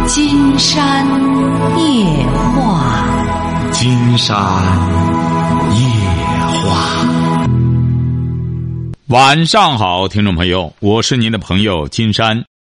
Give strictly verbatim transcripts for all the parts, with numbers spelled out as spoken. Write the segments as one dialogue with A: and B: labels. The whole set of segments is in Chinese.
A: 金山夜话，
B: 金山夜话。晚上好，听众朋友，我是您的朋友金山。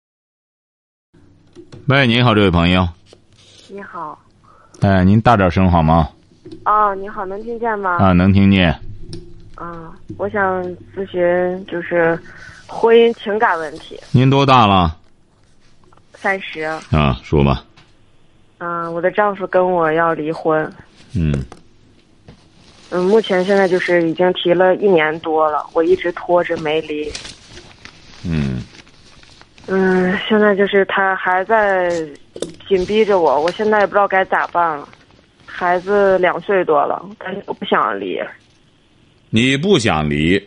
B: 喂，您好，这位朋友。
C: 你好。
B: 哎，您大点声好吗？
C: 哦，你好，能听见吗？
B: 啊，能听见。
C: 啊，我想咨询就是婚姻情感问题。
B: 您多大了？
C: 三十。
B: 啊，说吧。
C: 嗯，我的丈夫跟我要离婚。
B: 嗯。
C: 嗯，目前现在就是已经提了一年多了，我一直拖着没离。
B: 嗯。
C: 嗯，现在就是他还在紧逼着我，我现在也不知道该咋办了。孩子两岁多了，但是我不想离。
B: 你不想离？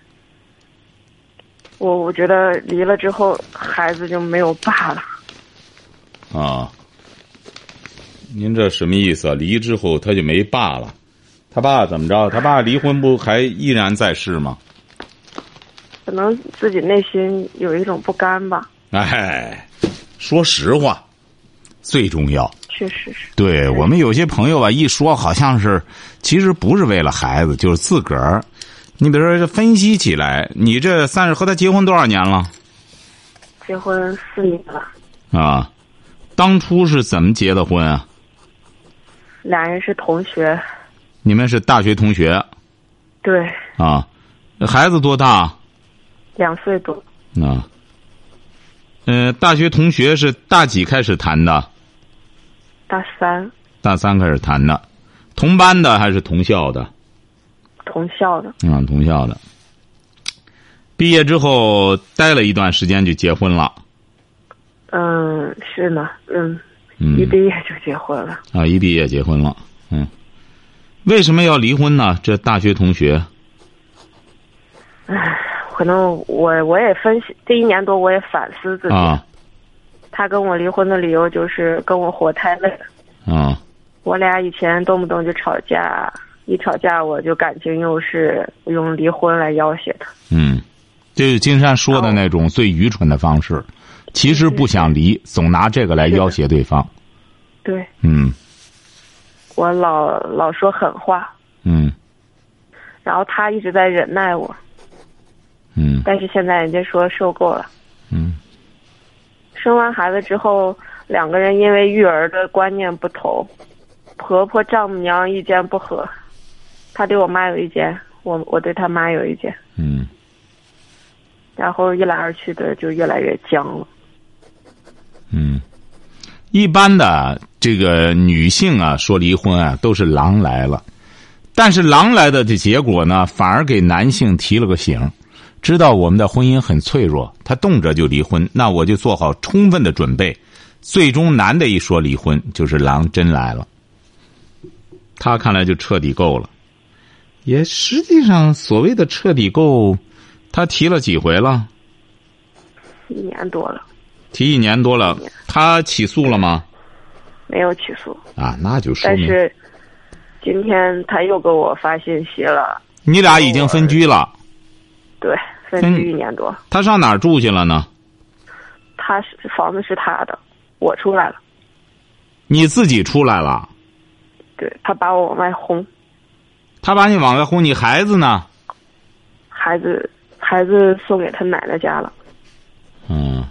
C: 我我觉得离了之后，孩子就没有爸了。
B: 啊，您这什么意思啊？离之后他就没爸了？他爸怎么着？他爸离婚不还依然在世吗？
C: 可能自己内心有一种不甘吧。
B: 哎，说实话，最重要。
C: 确实是。
B: 对，我们有些朋友吧，一说好像是，其实不是为了孩子，就是自个儿。你比如说，分析起来，你这三十和他结婚多少年了？
C: 结婚四年了。
B: 啊，当初是怎么结的婚啊？
C: 俩人是同学。
B: 你们是大学同学？
C: 对。
B: 啊，孩子多大？
C: 两岁多。
B: 啊。嗯、呃，大学同学是大几开始谈的？
C: 大三。
B: 大三开始谈的，同班的还是同校的？
C: 同校的。
B: 嗯，同校的。毕业之后待了一段时间就结婚了。
C: 嗯，是呢，嗯，
B: 嗯
C: 一毕业就结婚了。
B: 啊，一毕业结婚了，嗯。为什么要离婚呢？这大学同学。
C: 唉，可能我我也分析，这一年多我也反思自己。
B: 啊。
C: 他跟我离婚的理由就是跟我活太累了。
B: 啊。
C: 我俩以前动不动就吵架，一吵架我就感情用事，用离婚来要挟他。
B: 嗯，这是金山说的那种最愚蠢的方式。其实不想离，总拿这个来要挟对方。
C: 对。
B: 嗯。
C: 我老老说狠话。
B: 嗯。
C: 然后他一直在忍耐我。
B: 嗯。
C: 但是现在人家说受够了。
B: 嗯。
C: 生完孩子之后，两个人因为育儿的观念不同，婆婆丈母娘意见不合，他对我妈有意见，我我对他妈有意见。
B: 嗯。
C: 然后一来二去的就越来越僵了。
B: 嗯，一般的这个女性啊，说离婚啊，都是狼来了，但是狼来的的结果呢，反而给男性提了个醒，知道我们的婚姻很脆弱，他动辄就离婚，那我就做好充分的准备。最终男的一说离婚，就是狼真来了。他看来就彻底够了。也实际上，所谓的彻底够，他提了几回了？
C: 一年多了。
B: 提一年多了，他起诉了吗？
C: 没有起诉。
B: 啊，那就说明。
C: 但是今天他又给我发信息了。
B: 你俩已经分居了。
C: 对，分居一年多。
B: 他上哪儿住去了呢？
C: 他是房子是他的，我出来了。
B: 你自己出来了？
C: 对，他把我往外轰。
B: 他把你往外轰，你孩子呢？
C: 孩子，孩子送给他奶奶家了。
B: 嗯。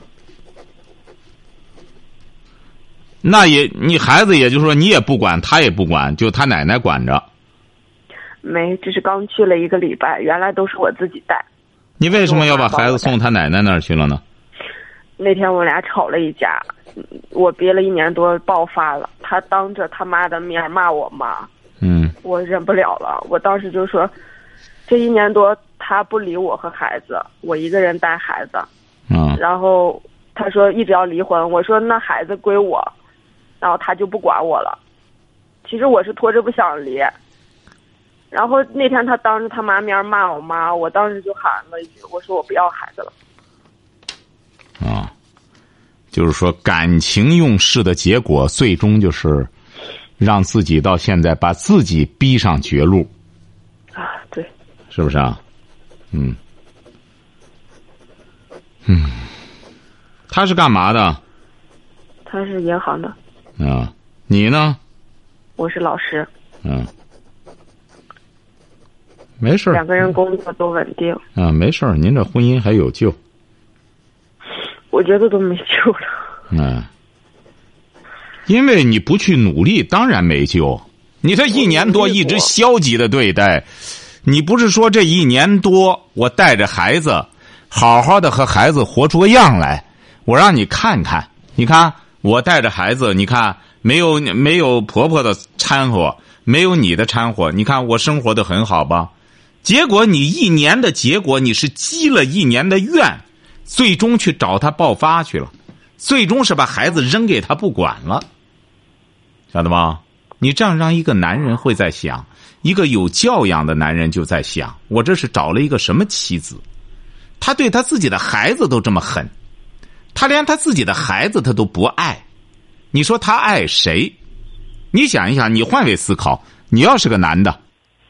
B: 那也，你孩子也就是说你也不管，他也不管，就他奶奶管着。
C: 没，这是刚去了一个礼拜，原来都是我自己带。
B: 你为什么要把孩子送他奶奶那儿去了呢？
C: 那天我俩吵了一架，我憋了一年多爆发了，他当着他妈的面骂我妈。
B: 嗯。
C: 我忍不了了，我当时就说，这一年多他不理我和孩子，我一个人带孩子。
B: 嗯。
C: 然后他说一直要离婚，我说那孩子归我，然后他就不管我了。其实我是拖着不想离。然后那天他当着他妈面骂我妈，我当时就喊了一句，我说我不要孩子了。
B: 啊，就是说感情用事的结果，最终就是让自己到现在把自己逼上绝路。
C: 啊，对。
B: 是不是啊？嗯。嗯。他是干嘛的？
C: 他是银行的。
B: 啊，你呢？
C: 我是老师。
B: 嗯。没事，
C: 两个人工作都稳定。
B: 啊，没事，您这婚姻还有救。
C: 我觉得都没救了。
B: 嗯。因为你不去努力，当然没救。你这一年多一直消极的对待，你不是说这一年多我带着孩子，好好的和孩子活出个样来，我让你看看，你看我带着孩子，你看没有没有婆婆的掺和，没有你的掺和，你看我生活的很好吧？结果你一年的结果，你是积了一年的怨，最终去找他爆发去了，最终是把孩子扔给他不管了，晓得吧？你这样让一个男人会在想，一个有教养的男人就在想，我这是找了一个什么妻子？他对他自己的孩子都这么狠，他连他自己的孩子他都不爱，你说他爱谁？你想一想，你换位思考，你要是个男的，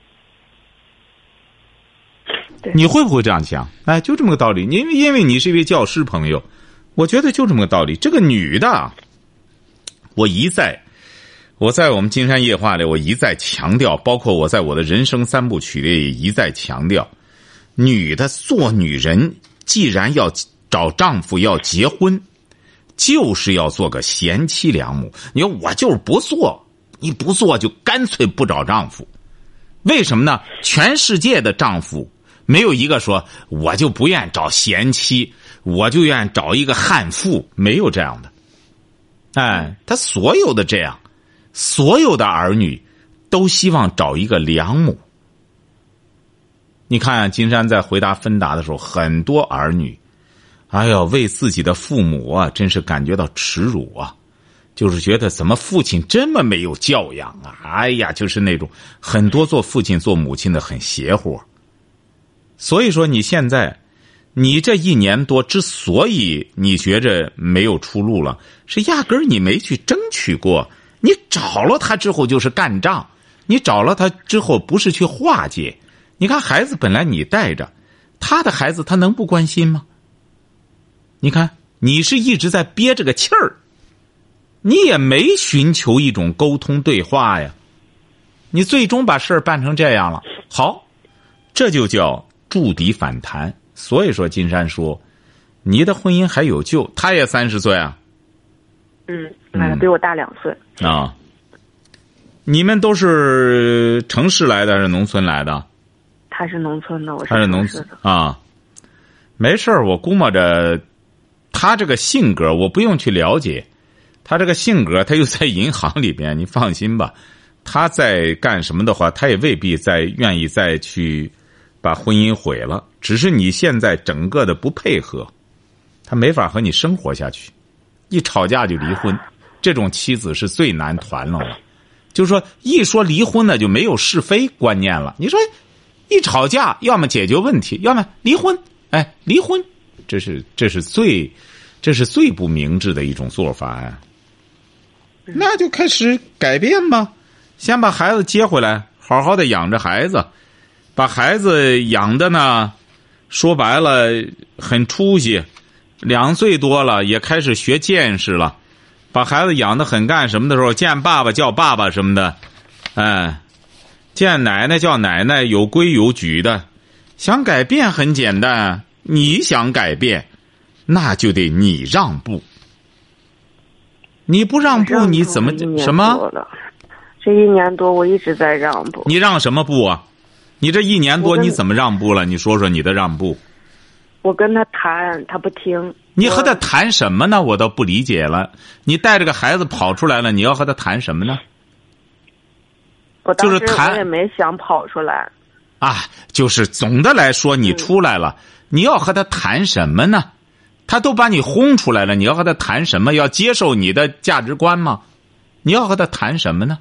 B: 你会不会这样想？哎，就这么个道理。因为因为你是一位教师朋友，我觉得就这么个道理。这个女的，我一再。我在我们金山夜话里，我一再强调，包括我在我的人生三部曲里也一再强调，女的做女人，既然要找丈夫要结婚，就是要做个贤妻良母。你说我就是不做，你不做就干脆不找丈夫。为什么呢？全世界的丈夫没有一个说我就不愿找贤妻，我就愿找一个悍妇，没有这样的。哎，他所有的这样。所有的儿女都希望找一个良母。你看金山在回答芬达的时候，很多儿女哎呀为自己的父母啊真是感觉到耻辱啊，就是觉得怎么父亲这么没有教养啊，哎呀就是那种很多做父亲做母亲的很邪乎。所以说你现在你这一年多之所以你觉着没有出路了，是压根儿你没去争取过。你找了他之后就是干仗，你找了他之后不是去化解。你看孩子本来你带着，他的孩子他能不关心吗？你看你是一直在憋着个气儿，你也没寻求一种沟通对话呀，你最终把事儿办成这样了。好，这就叫筑底反弹。所以说金山说你的婚姻还有救。他也三十岁啊。
C: 嗯，嗯比我大两岁
B: 啊。你们都是城市来的还是农村来的？
C: 他是农村的，我是
B: 他是农村啊。没事儿，我估摸着他这个性格，我不用去了解他这个性格，他又在银行里边，你放心吧。他在干什么的话，他也未必再愿意再去把婚姻毁了。只是你现在整个的不配合，他没法和你生活下去。一吵架就离婚，这种妻子是最难团拢了。就是说一说离婚呢就没有是非观念了。你说一吵架要么解决问题，要么离婚。哎，离婚这是这是最这是最不明智的一种做法呀。那就开始改变吧，先把孩子接回来，好好的养着孩子，把孩子养的呢说白了很出息，两岁多了也开始学见识了，把孩子养得很干什么的时候，见爸爸叫爸爸什么的，哎，见奶奶叫奶奶，有规有矩的。想改变很简单，你想改变，那就得你让步。你不让步，你怎么什么？
C: 这一年多我一直在让步。
B: 你让什么步啊？你这一年多你怎么让步了？你说说你的让步。
C: 我跟他谈，他不听。
B: 你和他谈什么呢？我倒不理解了。你带着个孩子跑出来了，你要和他谈什么呢？
C: 我当时我也没想跑出来。
B: 啊，就是总的来说，你出来了，嗯、你要和他谈什么呢？他都把你轰出来了，你要和他谈什么？要接受你的价值观吗？你要和他谈什么呢？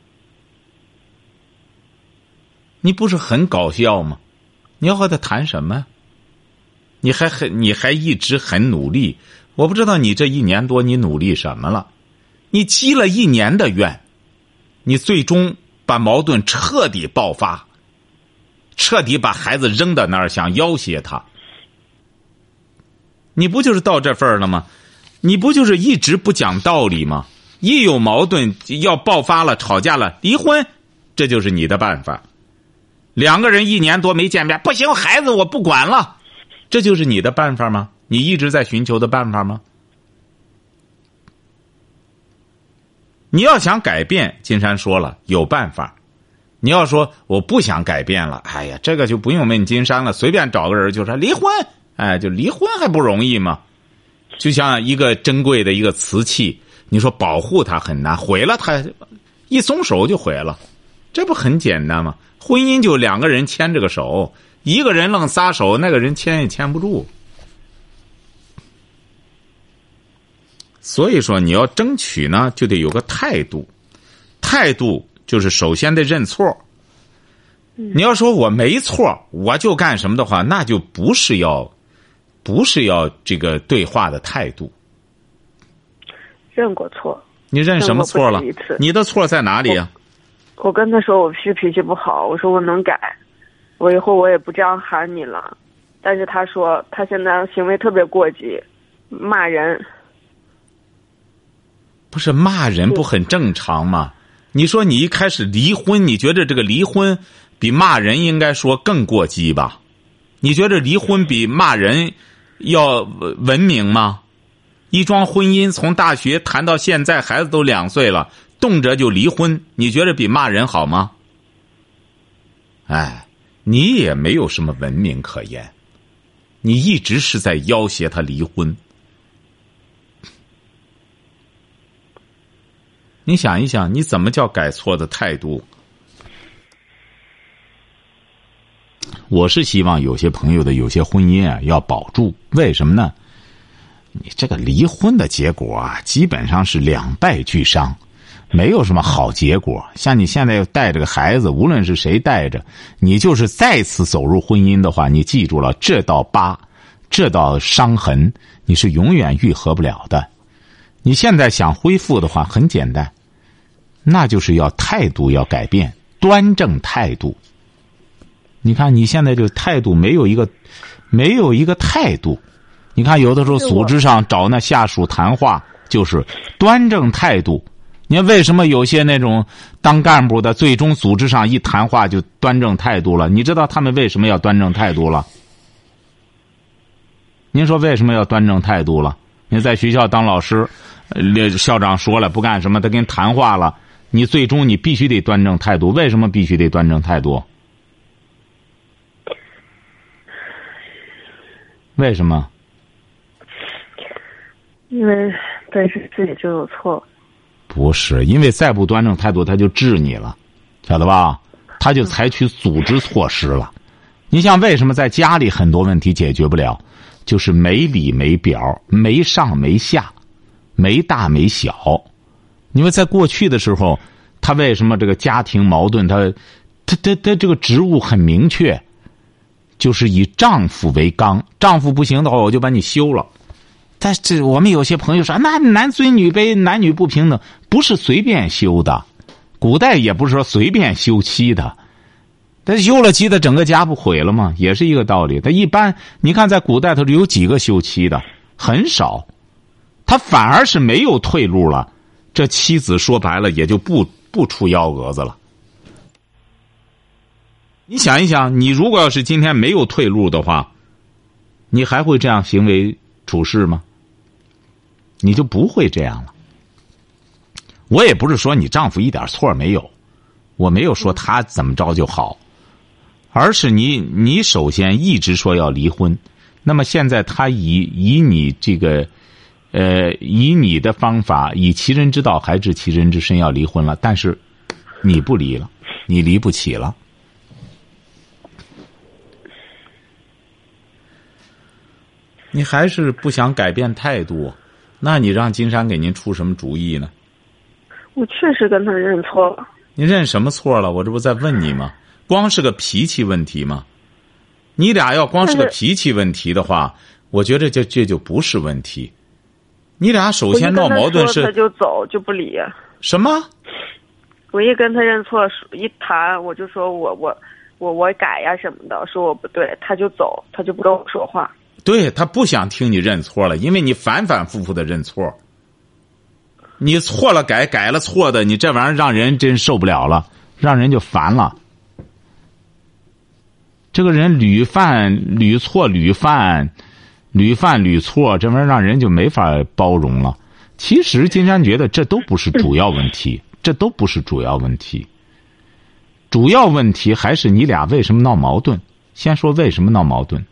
B: 你不是很搞笑吗？你要和他谈什么？你还很，你还一直很努力。我不知道你这一年多你努力什么了？你积了一年的怨，你最终把矛盾彻底爆发。彻底把孩子扔到那儿，想要挟他，你不就是到这份儿了吗？ 你不就是一直不讲道理吗？一有矛盾要爆发了，吵架了，离婚，这就是你的办法。两个人一年多没见面，不行，孩子我不管了，这就是你的办法吗？你一直在寻求的办法吗？你要想改变，金山说了有办法。你要说我不想改变了，哎呀，这个就不用问金山了，随便找个人就说离婚，哎，就离婚还不容易吗？就像一个珍贵的一个瓷器，你说保护它很难，毁了它，一松手就毁了，这不很简单吗？婚姻就两个人牵着个手，一个人愣撒手，那个人牵也牵不住。所以说你要争取呢，就得有个态度，态度就是首先得认错。你要说我没错，我就干什么的话，那就不是要不是要这个对话的态度。
C: 认过错。
B: 你认什么错了？你的错在哪里啊？
C: 我, 我跟他说我是脾气不好，我说我能改，我以后我也不这样喊你了。但是他说他现在行为特别过激，骂人。
B: 不是骂人不很正常吗？你说你一开始离婚，你觉得这个离婚比骂人应该说更过激吧？你觉得离婚比骂人要文明吗？一桩婚姻从大学谈到现在，孩子都两岁了，动辄就离婚，你觉得比骂人好吗？哎，你也没有什么文明可言，你一直是在要挟他离婚。你想一想，你怎么叫改错的态度？我是希望有些朋友的有些婚姻啊要保住，为什么呢？你这个离婚的结果啊，基本上是两败俱伤，没有什么好结果。像你现在又带着个孩子，无论是谁带着，你就是再次走入婚姻的话，你记住了，这道疤，这道伤痕，你是永远愈合不了的。你现在想恢复的话，很简单，那就是要态度要改变，端正态度。你看你现在就态度没有一个没有一个态度。你看有的时候组织上找那下属谈话，就是端正态度。你看为什么有些那种当干部的最终组织上一谈话就端正态度了？你知道他们为什么要端正态度了？您说为什么要端正态度了？你在学校当老师，校长说了不干什么，他跟你谈话了，你最终你必须得端正态度。为什么必须得端正态度？为什么？
C: 因为本身自己就有错。
B: 不是，因为再不端正态度，他就治你了，晓得吧？他就采取组织措施了。你像为什么在家里很多问题解决不了，就是没理没表，没上没下，没大没小。因为在过去的时候，他为什么这个家庭矛盾，他他他他这个职务很明确，就是以丈夫为纲，丈夫不行的话，我就把你休了。但是我们有些朋友说，那男尊女卑，男女不平等，不是随便休的。古代也不是说随便休妻的，但休了妻的整个家不毁了吗？也是一个道理。他一般你看在古代他有几个休妻的，很少，他反而是没有退路了，这妻子说白了也就不不出幺蛾子了。你想一想，你如果要是今天没有退路的话，你还会这样行为处事吗？你就不会这样了。我也不是说你丈夫一点错没有，我没有说他怎么着就好，而是你你首先一直说要离婚，那么现在他以以你这个呃以你的方法，以其人之道还治其人之身要离婚了，但是你不离了，你离不起了。你还是不想改变态度，那你让金山给您出什么主意呢？
C: 我确实跟他认错了。
B: 你认什么错了？我这不在问你吗？光是个脾气问题吗？你俩要光是个脾气问题的话，我觉得这这就不是问题。你俩首先闹矛盾是
C: 他就走就不理。
B: 什么？
C: 我一跟他认错，一谈我就说我我我我改呀什么的，说我不对，他就走，他就不跟我说话。
B: 对，他不想听你认错了，因为你反反复复的认错。你错了改，改了错的，你这玩意儿让人真受不了了，让人就烦了。这个人屡犯屡错屡犯屡犯屡错，这玩意儿让人就没法包容了。其实金山觉得这都不是主要问题，这都不是主要问题。主要问题还是你俩为什么闹矛盾。先说为什么闹矛盾。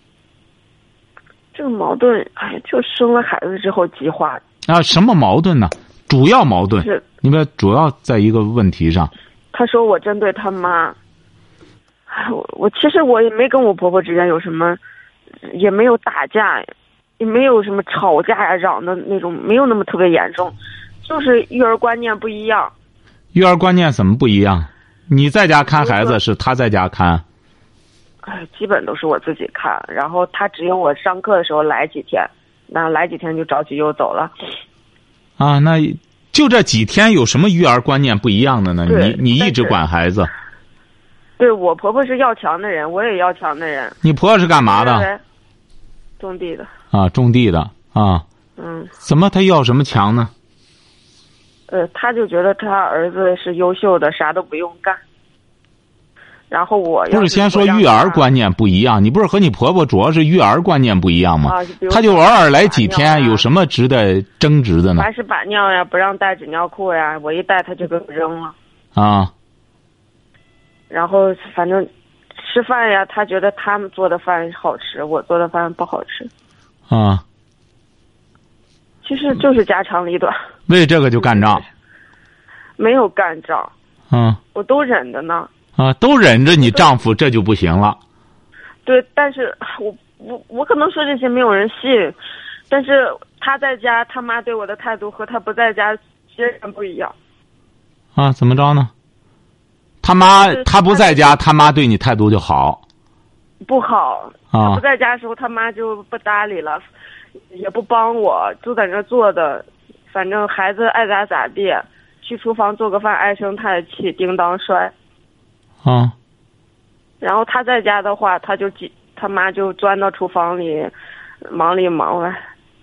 C: 这个矛盾，哎，就生了孩子之后激化的。
B: 啊，什么矛盾呢？主要矛盾，
C: 是
B: 你们主要在一个问题上。
C: 他说我针对他妈。我我其实我也没跟我婆婆之间有什么，也没有打架，也没有什么吵架呀、嚷的那种，没有那么特别严重，就是育儿观念不一样。
B: 育儿观念怎么不一样？你在家看孩子，是他在家看？
C: 哎，基本都是我自己看，然后他只有我上课的时候来几天，那来几天就着急又走了。
B: 啊，那就这几天有什么育儿观念不一样的呢？你你一直管孩子。
C: 对，我婆婆是要强的人，我也要强的人。
B: 你婆婆是干嘛的？
C: 种地的。
B: 啊，种地的啊。
C: 嗯。
B: 怎么他要什么强呢？
C: 呃，他就觉得他儿子是优秀的，啥都不用干。然后我
B: 不是先说育儿观念不一样，你不是和你婆婆主要是育儿观念不一样吗？
C: 啊，
B: 他就偶尔来几天，有什么值得争执的呢？
C: 凡是把尿呀，不让带纸尿裤呀，我一带他就给我扔了。
B: 啊。
C: 然后反正吃饭呀，他觉得他们做的饭好吃，我做的饭不好吃。
B: 啊。
C: 其实就是家长里短。
B: 为这个就干仗？
C: 没有干仗。
B: 嗯。
C: 我都忍着呢。
B: 啊，都忍着你丈夫，这就不行了。
C: 对，但是我我我可能说这些没有人信，但是他在家，他妈对我的态度和他不在家截然不一样。
B: 啊，怎么着呢？他妈他不在家，他妈对你态度就好。
C: 不好。
B: 啊。
C: 他不在家的时候，他妈就不搭理了，也不帮我，就在那坐的，反正孩子爱咋咋地，去厨房做个饭唉声叹气，叮当摔。
B: 啊。
C: 然后他在家的话，他就他妈就钻到厨房里，忙里忙外。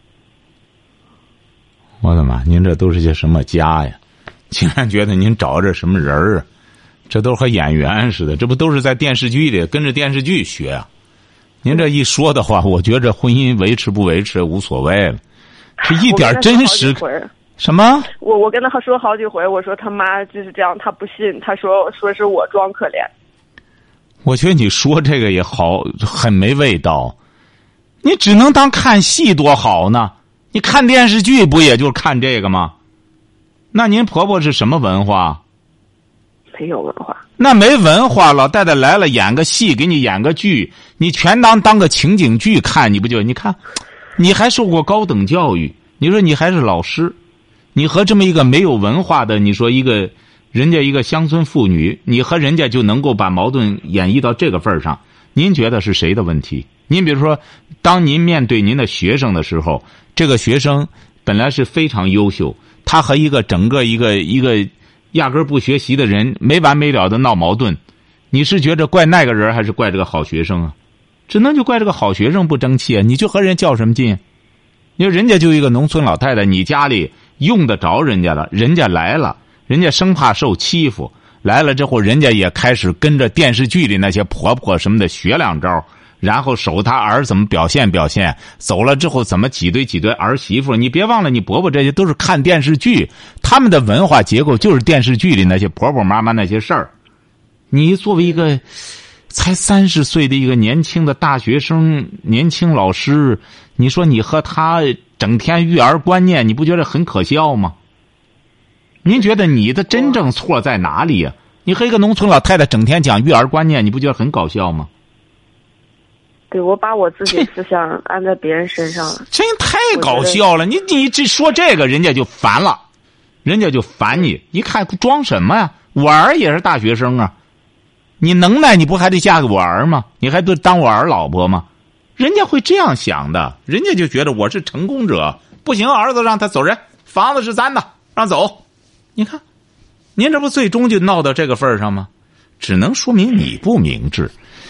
B: 我的妈！您这都是些什么家呀？竟然觉得您找着什么人儿啊？这都和演员似的，这不都是在电视剧里跟着电视剧学啊？您这一说的话，我觉着婚姻维持不维持无所谓了，这一点真实。什么？
C: 我我跟他说好几回，我说他妈就是这样，他不信，他说说是我装可怜。
B: 我觉得你说这个也好，很没味道。你只能当看戏多好呢？你看电视剧不也就是看这个吗？那您婆婆是什么文化？
C: 没有文化。
B: 那没文化，老太太来了演个戏，给你演个剧，你全当当个情景剧看，你不就？你看，你还受过高等教育，你说你还是老师，你和这么一个没有文化的，你说一个人家一个乡村妇女，你和人家就能够把矛盾演绎到这个份儿上，您觉得是谁的问题？您比如说，当您面对您的学生的时候，这个学生本来是非常优秀，他和一个整个一个一个压根儿不学习的人没完没了的闹矛盾，你是觉着怪那个人还是怪这个好学生啊？只能就怪这个好学生不争气啊！你就和人较什么劲？因为人家就一个农村老太太，你家里用得着人家了，人家来了，人家生怕受欺负，来了之后，人家也开始跟着电视剧里那些婆婆什么的学两招，然后守她儿怎么表现表现，走了之后怎么挤兑挤兑儿媳妇。你别忘了，你伯伯这些都是看电视剧，他们的文化结构就是电视剧里那些婆婆妈妈那些事儿。你作为一个才三十岁的一个年轻的大学生、年轻老师，你说你和他整天育儿观念，你不觉得很可笑吗？您觉得你的真正错在哪里呀、啊？你和一个农村老太太整天讲育儿观念，你不觉得很搞笑吗？
C: 对，我把我自己思想安在别人身上了，
B: 真太搞笑了！你你这说这个，人家就烦了，人家就烦你。一看装什么呀？我儿也是大学生啊，你能耐你不还得嫁给我儿吗？你还得当我儿老婆吗？人家会这样想的，人家就觉得我是成功者，不行，儿子让他走人，房子是咱的，让走。你看，您这不最终就闹到这个份儿上吗？只能说明你不明智。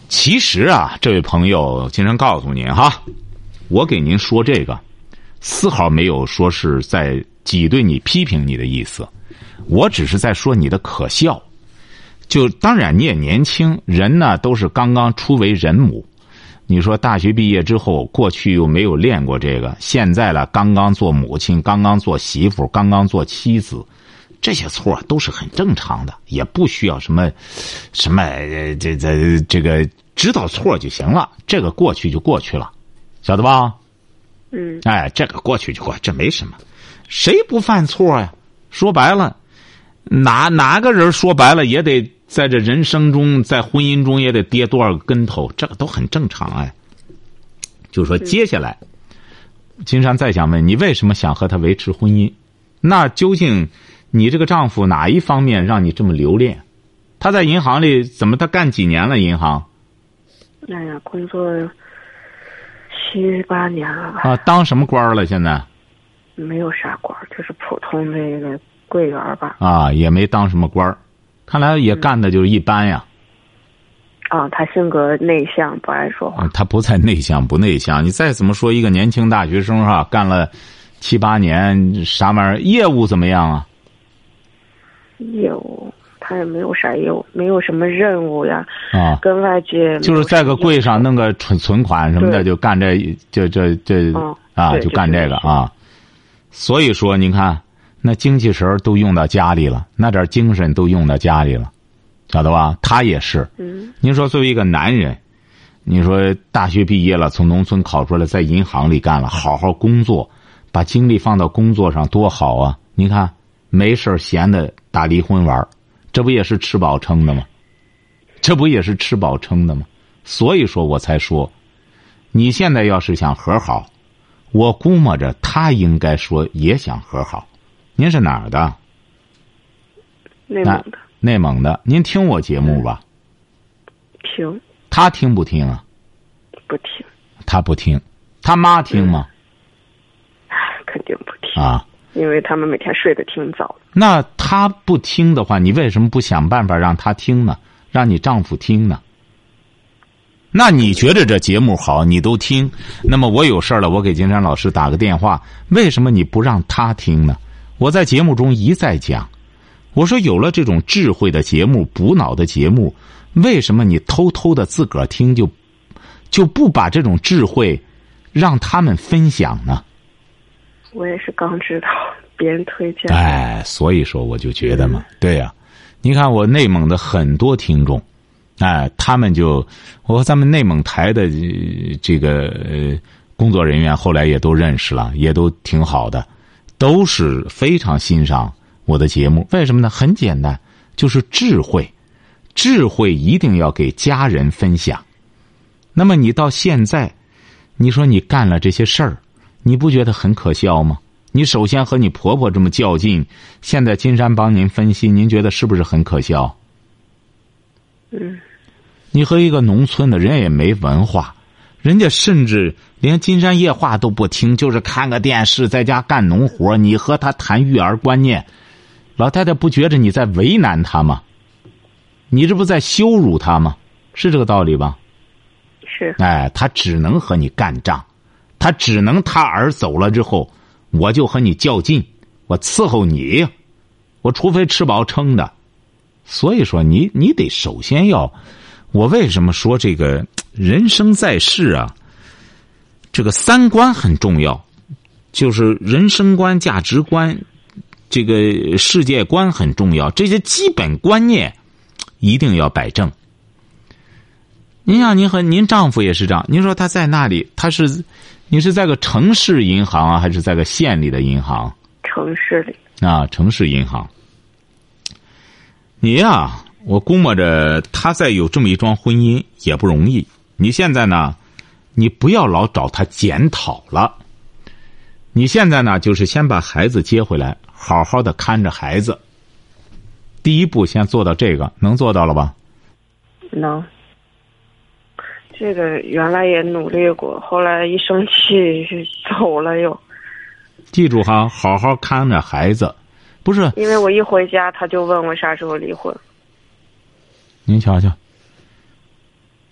B: 其实啊，这位朋友，经常告诉您哈，我给您说这个，丝毫没有说是在挤兑你、批评你的意思，我只是在说你的可笑。就当然你也年轻，人呢都是刚刚初为人母。你说大学毕业之后，过去又没有练过这个，现在了刚刚做母亲，刚刚做媳妇，刚刚做妻子，这些错都是很正常的，也不需要什么什么这这这个知道错就行了，这个过去就过去了，晓得吧？
C: 嗯，
B: 哎，这个过去就过，这没什么，谁不犯错呀？说白了，哪哪个人说白了也得在这人生中，在婚姻中也得跌多少个跟头，这个都很正常哎。就说接下来，金山再想问你，为什么想和他维持婚姻？那究竟你这个丈夫哪一方面让你这么留恋？他在银行里怎么他干几年了？银行？
C: 哎呀，工作七八年了吧？
B: 啊，当什么官了？现在？
C: 没有啥官，就是普通的一个柜员吧。
B: 啊，也没当什么官，看来也干的就是一般呀。
C: 啊，他性格内向，不爱说话。
B: 他不在内向不内向，你再怎么说一个年轻大学生哈，干了七八年啥玩意儿，业务怎么样啊？
C: 业务他也没有啥业务，没有什么任务呀。
B: 啊，
C: 跟外界
B: 就是在个柜上弄个存存款什么的，就干这这这这、
C: 嗯、
B: 啊，就干这个啊。所以说，您看那精气神都用到家里了，那点精神都用到家里了。晓得吧？他也是。
C: 嗯，
B: 您说作为一个男人，你说大学毕业了，从农村考出来，在银行里干了，好好工作，把精力放到工作上多好啊！你看没事闲的打离婚玩，这不也是吃饱撑的吗？这不也是吃饱撑的吗？所以说我才说，你现在要是想和好，我估摸着他应该说也想和好。您是哪儿的？
C: 内蒙的。
B: 内蒙的，您听我节目吧？
C: 听。
B: 他听不听啊？
C: 不听。
B: 他不听，他妈听吗？
C: 嗯、肯定不听
B: 啊，
C: 因为他们每天睡得挺早。
B: 那他不听的话，你为什么不想办法让他听呢？让你丈夫听呢？那你觉得这节目好，你都听，那么我有事了，我给金山老师打个电话，为什么你不让他听呢？我在节目中一再讲。我说有了这种智慧的节目，补脑的节目，为什么你偷偷的自个儿听就就不把这种智慧让他们分享呢？
C: 我也是刚知道，别人推荐。
B: 哎，所以说我就觉得嘛，对呀、啊，你看我内蒙的很多听众，哎，他们就我和咱们内蒙台的这个呃工作人员后来也都认识了，也都挺好的，都是非常欣赏我的节目。为什么呢？很简单，就是智慧，智慧一定要给家人分享。那么你到现在，你说你干了这些事儿，你不觉得很可笑吗？你首先和你婆婆这么较劲，现在金山帮您分析，您觉得是不是很可笑？
C: 嗯。
B: 你和一个农村的人也没文化，人家甚至连金山夜话都不听，就是看个电视，在家干农活，你和他谈育儿观念，老太太不觉得你在为难他吗？你这不在羞辱他吗？是这个道理吧？
C: 是。
B: 哎，他只能和你干仗，他只能他儿走了之后，我就和你较劲，我伺候你，我除非吃饱撑的。所以说你你得首先要，我为什么说这个人生在世啊，这个三观很重要，就是人生观、价值观，这个世界观很重要，这些基本观念一定要摆正。您像您和您丈夫也是这样，您说他在那里，他是你是在个城市银行啊，还是在个县里的银行？
C: 城市里
B: 啊，城市银行。你呀、啊，我估摸着他再有这么一桩婚姻也不容易。你现在呢，你不要老找他检讨了。你现在呢，就是先把孩子接回来，好好的看着孩子。第一步先做到这个，能做到了吧？
C: 能。这个原来也努力过，后来一生气就走了又。
B: 记住哈，好好看着孩子，不是？
C: 因为我一回家，他就问我啥时候离婚。
B: 您瞧瞧，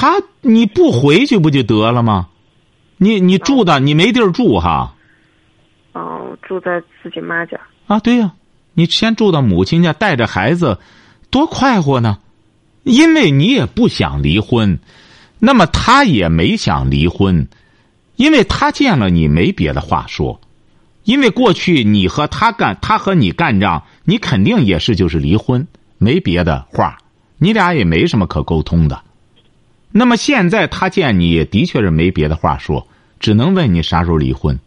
B: 他你不回去不就得了吗？你你住的你没地儿住哈？
C: 哦，住在自己妈家。
B: 啊，对呀、啊，你先住到母亲家，带着孩子，多快活呢！因为你也不想离婚，那么他也没想离婚，因为他见了你没别的话说，因为过去你和他干，他和你干仗，你肯定也是就是离婚，没别的话，你俩也没什么可沟通的。那么现在他见你也的确是没别的话说，只能问你啥时候离婚。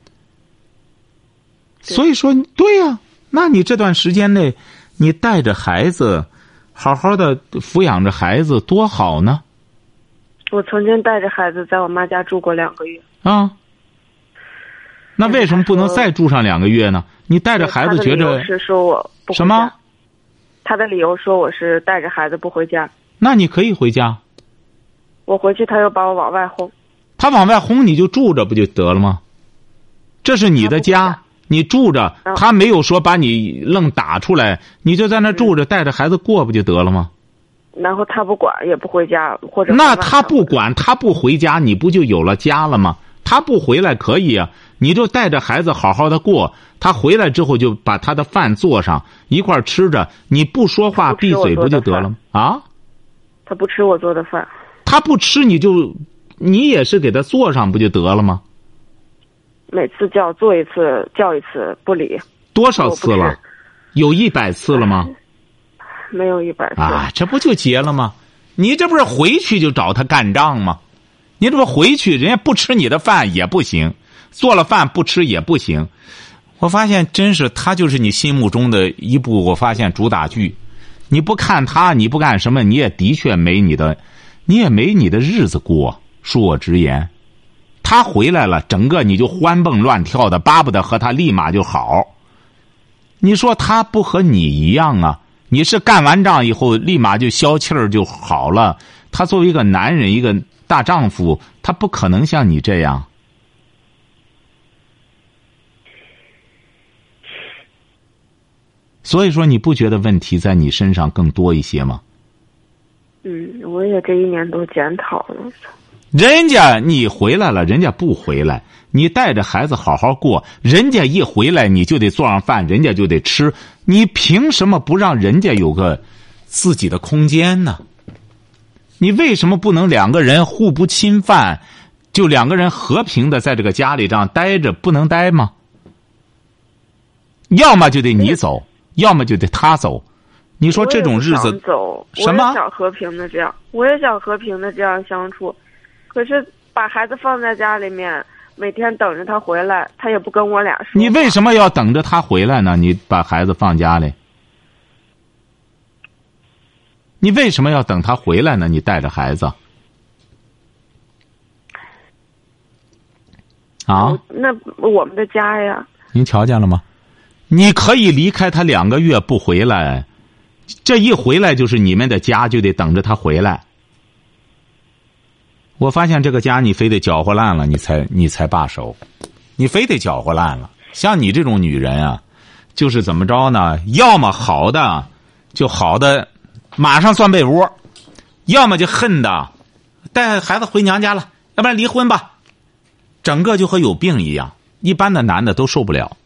B: 所以说，对呀、啊，那你这段时间内，你带着孩子，好好的抚养着孩子，多好呢。
C: 我曾经带着孩子在我妈家住过两个月。
B: 啊，那为什么不能再住上两个月呢？你带着孩子觉着
C: 是说我不回家。
B: 什么？
C: 他的理由说我是带着孩子不回家。
B: 那你可以回家。
C: 我回去他又把我往外轰。
B: 他往外轰你就住着不就得了吗？这是你的家。你住着，他没有说把你愣打出来，你就在那住着，带着孩子过不就得了吗？
C: 然后他不管，也不回家，或者
B: 那他不管，他不回家，你不就有了家了吗？他不回来可以啊，你就带着孩子好好的过。他回来之后就把他的饭做上，一块吃着，你不说话闭嘴不就得了吗？啊？
C: 他不吃我做的饭。
B: 他不吃你就，你也是给他做上不就得了吗？
C: 每次叫做一次，叫一次不理。
B: 多少次了？有一百次了吗？
C: 没有一百次
B: 啊，这不就结了吗？你这不是回去就找他干仗吗？你这不回去，人家不吃你的饭也不行，做了饭不吃也不行。我发现真是他就是你心目中的一部，我发现主打剧。你不看他，你不干什么，你也的确没你的，你也没你的日子过。恕我直言。他回来了，整个你就欢蹦乱跳的，巴不得和他立马就好。你说他不和你一样啊？你是干完仗以后立马就消气儿就好了。他作为一个男人，一个大丈夫，他不可能像你这样。所以说，你不觉得问题在你身上更多一些吗？
C: 嗯，我也这一年都检讨了。
B: 人家你回来了，人家不回来，你带着孩子好好过。人家一回来，你就得做上饭，人家就得吃。你凭什么不让人家有个自己的空间呢？你为什么不能两个人互不侵犯，就两个人和平的在这个家里这样待着，不能待吗？要么就得你走，要么就得他走。你说这种日子，
C: 走，
B: 什么？
C: 我也想和平的这样，我也想和平的这样相处。可是把孩子放在家里面，每天等着他回来，他也不跟我俩说。
B: 你为什么要等着他回来呢？你把孩子放家里，你为什么要等他回来呢？你带着孩子啊？
C: 那我们的家呀。
B: 您瞧见了吗？你可以离开他两个月不回来，这一回来就是你们的家，就得等着他回来。我发现这个家你非得搅和烂了，你才你才罢手，你非得搅和烂了。像你这种女人啊，就是怎么着呢？要么好的就好的，马上钻被窝；要么就恨的，带孩子回娘家了，要不然离婚吧。整个就和有病一样，一般的男的都受不了。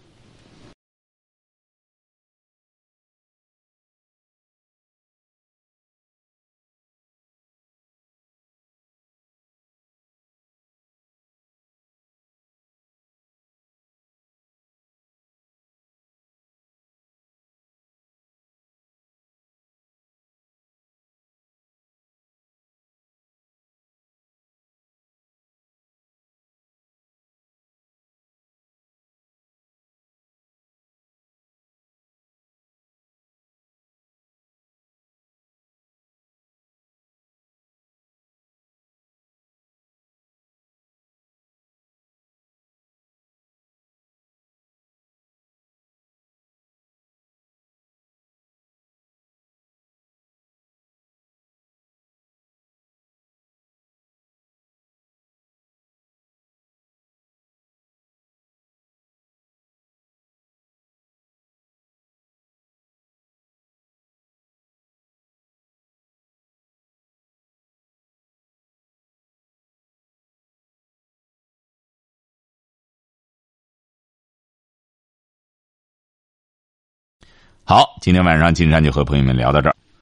B: 好，今天晚上金山就和朋友们聊到这儿。